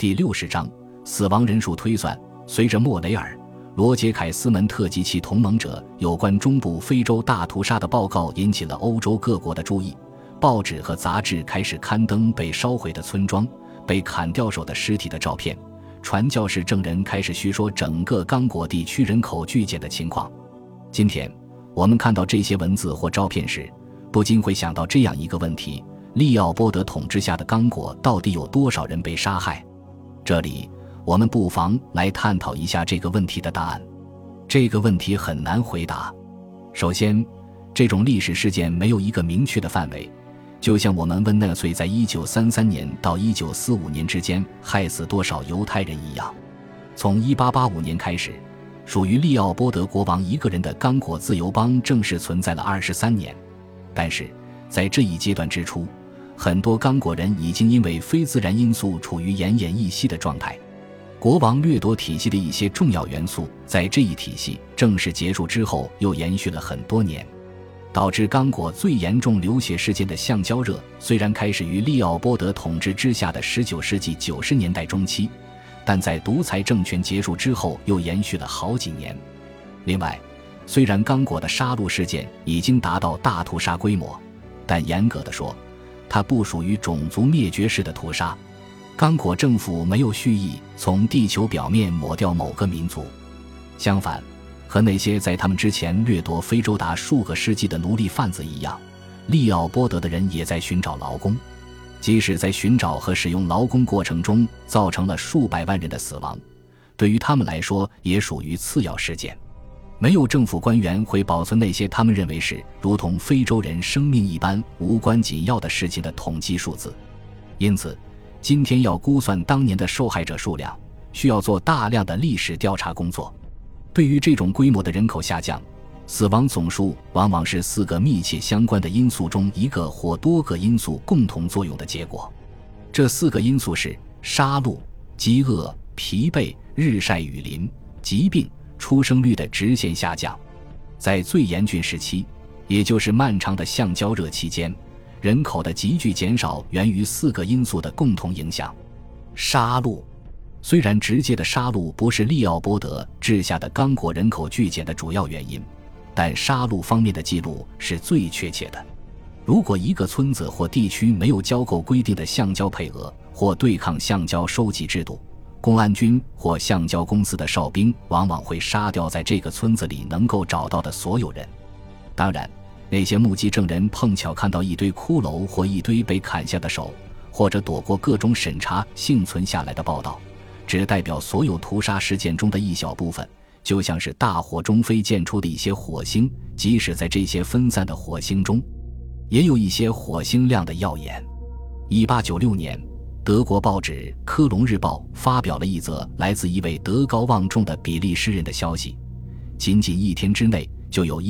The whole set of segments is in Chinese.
第60章死亡人数推算。随着莫雷尔、罗杰凯斯门特及其同盟者有关中部非洲大屠杀的报告引起了欧洲各国的注意，报纸和杂志开始刊登被烧毁的村庄、被砍掉手的尸体的照片，传教士证人开始叙说整个刚果地区人口剧减的情况。今天我们看到这些文字或照片时，不禁会想到这样一个问题：利奥波德统治下的刚果到底有多少人被杀害？这里我们不妨来探讨一下这个问题的答案。这个问题很难回答。首先，这种历史事件没有一个明确的范围，就像我们问纳粹在1933年到1945年之间害死多少犹太人一样。从1885年开始，属于利奥波德国王一个人的刚果自由邦正式存在了23年，但是在这一阶段之初，很多刚果人已经因为非自然因素处于奄奄一息的状态。国王掠夺体系的一些重要元素在这一体系正式结束之后又延续了很多年。导致刚果最严重流血事件的橡胶热虽然开始于利奥波德统治之下的19世纪90年代中期，但在独裁政权结束之后又延续了好几年。另外，虽然刚果的杀戮事件已经达到大屠杀规模，但严格地说，它不属于种族灭绝式的屠杀。刚果政府没有蓄意从地球表面抹掉某个民族，相反，和那些在他们之前掠夺非洲达数个世纪的奴隶贩子一样，利奥波德的人也在寻找劳工。即使在寻找和使用劳工过程中造成了数百万人的死亡，对于他们来说也属于次要事件。没有政府官员会保存那些他们认为是如同非洲人生命一般无关紧要的事情的统计数字。因此，今天要估算当年的受害者数量，需要做大量的历史调查工作。对于这种规模的人口下降，死亡总数往往是4个密切相关的因素中一个或多个因素共同作用的结果。这4个因素是杀戮、饥饿、疲惫、日晒雨淋、疾病、出生率的直线下降。在最严峻时期，也就是漫长的橡胶热期间，人口的急剧减少源于4个因素的共同影响。杀戮，虽然直接的杀戮不是利奥波德治下的刚果人口剧减的主要原因，但杀戮方面的记录是最确切的。如果一个村子或地区没有交够规定的橡胶配额，或对抗橡胶收集制度，公安军或橡胶公司的哨兵往往会杀掉在这个村子里能够找到的所有人。当然，那些目击证人碰巧看到一堆骷髅或一堆被砍下的手，或者躲过各种审查幸存下来的报道，只代表所有屠杀事件中的一小部分，就像是大火中飞溅出的一些火星，即使在这些分散的火星中，也有一些火星亮得耀眼。1896年，德国报纸《科隆日报》发表了一则来自一位德高望重的比利时人的消息，仅仅1天之内，就有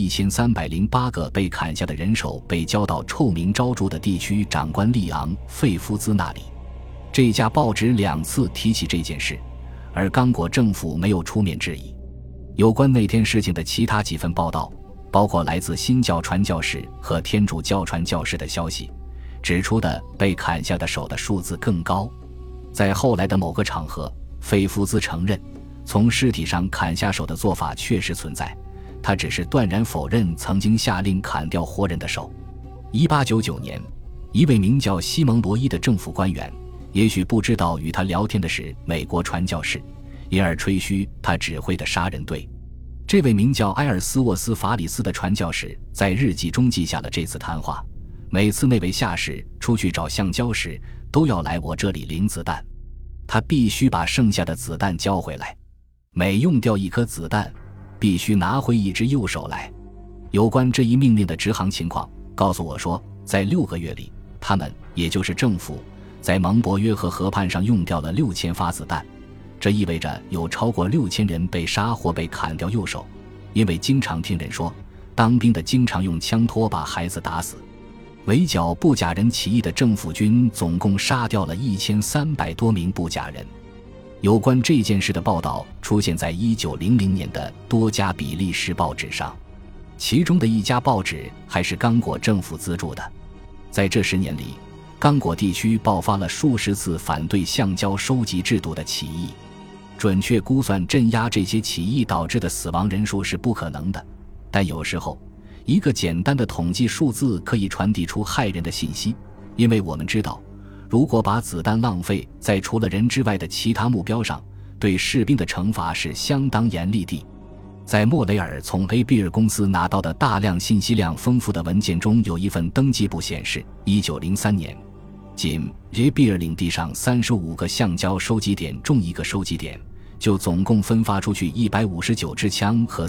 1308个被砍下的人手被交到臭名昭著的地区长官利昂·费夫兹那里。这家报纸2次提起这件事，而刚果政府没有出面质疑。有关那天事情的其他几份报道，包括来自新教传教士和天主教传教士的消息，指出的被砍下的手的数字更高。在后来的某个场合，费夫兹承认从尸体上砍下手的做法确实存在，他只是断然否认曾经下令砍掉活人的手。1899年，一位名叫西蒙·罗伊的政府官员，也许不知道与他聊天的是美国传教士，因而吹嘘他指挥的杀人队。这位名叫埃尔斯沃斯·法里斯的传教士在日记中记下了这次谈话：每次那位下士出去找橡胶时，都要来我这里领子弹，他必须把剩下的子弹交回来，每用掉1颗子弹，必须拿回1只右手来。有关这一命令的执行情况，告诉我说，在6个月里，他们也就是政府在蒙博约河河畔上用掉了6000发子弹，这意味着有超过6000人被杀或被砍掉右手，因为经常听人说，当兵的经常用枪托把孩子打死。围剿布甲人起义的政府军总共杀掉了1300多名布甲人。有关这件事的报道出现在1900年的多家比利时报纸上，其中的一家报纸还是刚果政府资助的。在这10年里， 刚果地区爆发了数十次反对橡胶收集制度的起义。准确估算镇压这些起义导致的死亡人数是不可能的，但有时候一个简单的统计数字可以传递出骇人的信息，因为我们知道，如果把子弹浪费在除了人之外的其他目标上，对士兵的惩罚是相当严厉的。在莫雷尔从 A 比尔公司拿到的大量信息量丰富的文件中，有一份登记簿显示1903年仅 A 比尔领地上35个橡胶收集点中一个收集点，就总共分发出去159支枪和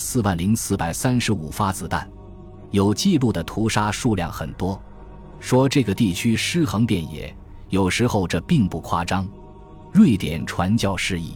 40435发子弹。有记录的屠杀数量很多，说这个地区尸横遍野，有时候这并不夸张。瑞典传教士议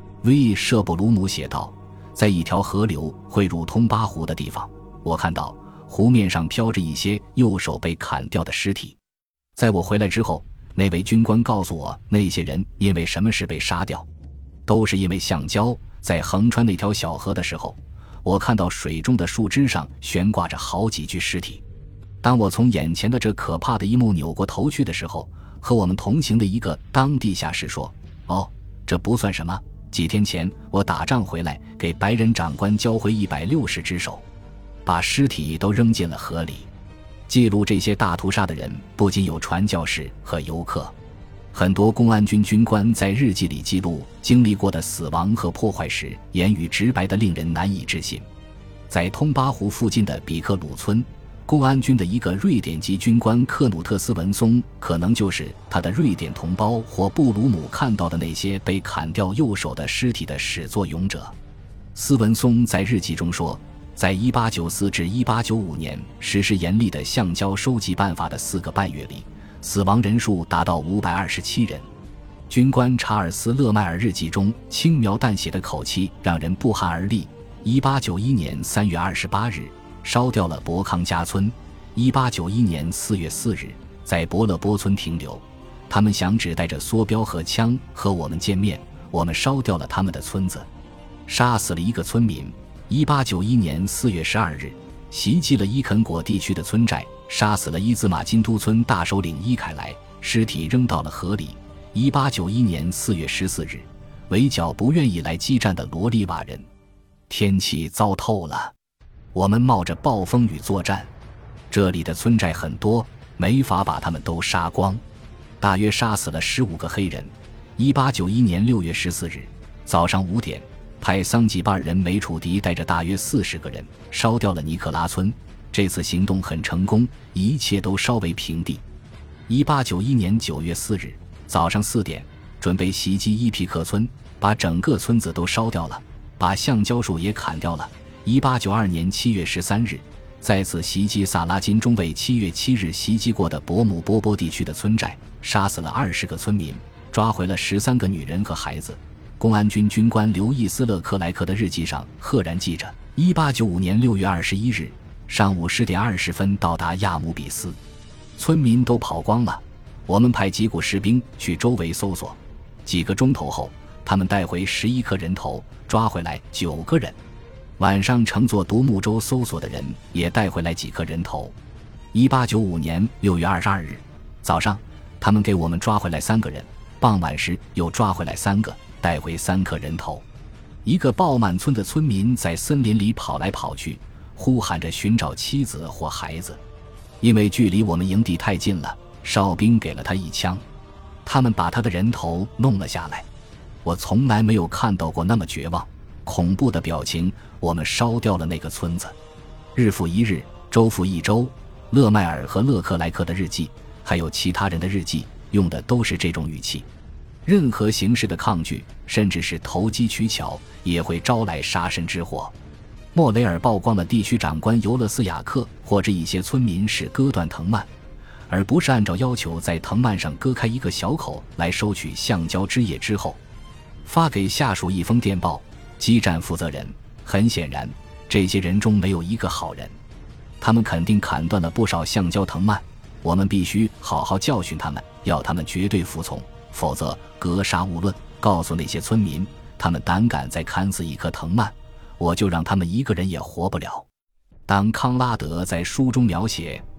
V 舍布鲁姆写道，在一条河流汇入通巴湖的地方，我看到湖面上飘着一些右手被砍掉的尸体。在我回来之后，那位军官告诉我，那些人因为什么事被杀掉，都是因为橡胶。在横穿那条小河的时候，我看到水中的树枝上悬挂着好几具尸体。当我从眼前的这可怕的一幕扭过头去的时候，和我们同行的一个当地下士说，哦，这不算什么，几天前我打仗回来，给白人长官交回160只手，把尸体都扔进了河里。记录这些大屠杀的人不仅有传教士和游客，很多公安军军官在日记里记录经历过的死亡和破坏时，言语直白得令人难以置信。在通巴湖附近的比克鲁村，公安军的一个瑞典籍军官克努特斯文松，可能就是他的瑞典同胞或布鲁姆看到的那些被砍掉右手的尸体的始作俑者。斯文松在日记中说，在1894至1895年实施严厉的橡胶收集办法的4个半月里，死亡人数达到527人。军官查尔斯·勒迈尔日记中轻描淡写的口气让人不寒而栗。1891年3月28日烧掉了博康加村，1891年4月4日在伯勒波村停留，他们想只带着梭镖和枪和我们见面，我们烧掉了他们的村子，杀死了一个村民。1891年4月12日袭击了伊肯果地区的村寨，杀死了伊兹马金都村大首领伊凯莱，尸体扔到了河里。1891年4月14日围剿不愿意来激战的罗利瓦人。天气糟透了，我们冒着暴风雨作战，这里的村寨很多，没法把他们都杀光，大约杀死了15个黑人。1891年6月14日早上5点，派桑吉巴尔人梅楚迪带着大约40个人烧掉了尼克拉村，这次行动很成功，一切都烧为平地。1891年9月4日早上4点，准备袭击伊皮克村，把整个村子都烧掉了，把橡胶树也砍掉了。1892年7月13日再次袭击萨拉金中尉7月7日袭击过的伯姆波波地区的村寨，杀死了20个村民，抓回了13个女人和孩子。公安军军官刘易斯勒克莱克的日记上赫然记着1895年6月21日上午10点20分到达亚姆比斯，村民都跑光了，我们派几股士兵去周围搜索，几个钟头后他们带回11颗人头，抓回来9个人。晚上乘坐独木舟搜索的人也带回来几颗人头。1895年6月22日早上，他们给我们抓回来3个人，傍晚时又抓回来3个，带回3颗人头。一个鲍曼村的村民在森林里跑来跑去，呼喊着寻找妻子或孩子，因为距离我们营地太近了，哨兵给了他一枪，他们把他的人头弄了下来。我从来没有看到过那么绝望恐怖的表情。我们烧掉了那个村子。日复一日，周复一周，勒迈尔和勒克莱克的日记，还有其他人的日记，用的都是这种语气。任何形式的抗拒，甚至是投机取巧，也会招来杀身之祸。莫雷尔曝光了地区长官尤勒斯雅克或者一些村民是割断藤蔓，而不是按照要求在藤蔓上割开一个小口来收取橡胶汁液之后，发给下属一封电报，激战负责人。很显然，这些人中没有一个好人，他们肯定砍断了不少橡胶藤蔓，我们必须好好教训他们，要他们绝对服从，否则格杀勿论。告诉那些村民，他们胆敢再砍死一棵藤蔓，我就让他们一个人也活不了。当康拉德在书中描写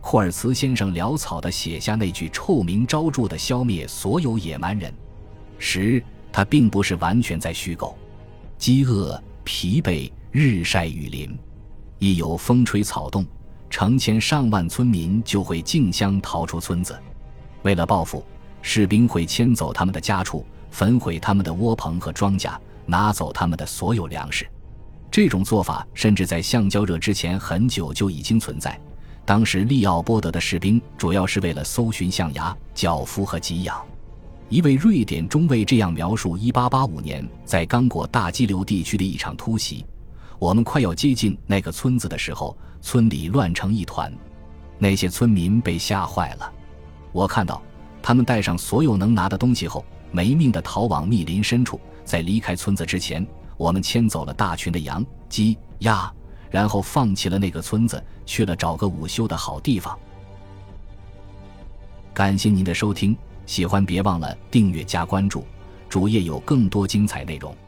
霍尔茨先生潦草地写下那句臭名昭著的消灭所有野蛮人时，他并不是完全在虚构。饥饿、疲惫、日晒雨淋，一有风吹草动，成千上万村民就会竞相逃出村子。为了报复，士兵会迁走他们的家畜，焚毁他们的窝棚和庄稼，拿走他们的所有粮食。这种做法甚至在橡胶热之前很久就已经存在。当时利奥波德的士兵主要是为了搜寻象牙、脚夫和给养。一位瑞典中尉这样描述1885年在刚果大激流地区的一场突袭：我们快要接近那个村子的时候，村里乱成一团，那些村民被吓坏了。我看到他们带上所有能拿的东西后，没命地逃往密林深处。在离开村子之前，我们牵走了大群的羊、鸡、鸭，然后放弃了那个村子，去了找个午休的好地方。感谢您的收听，喜欢别忘了订阅加关注，主页有更多精彩内容。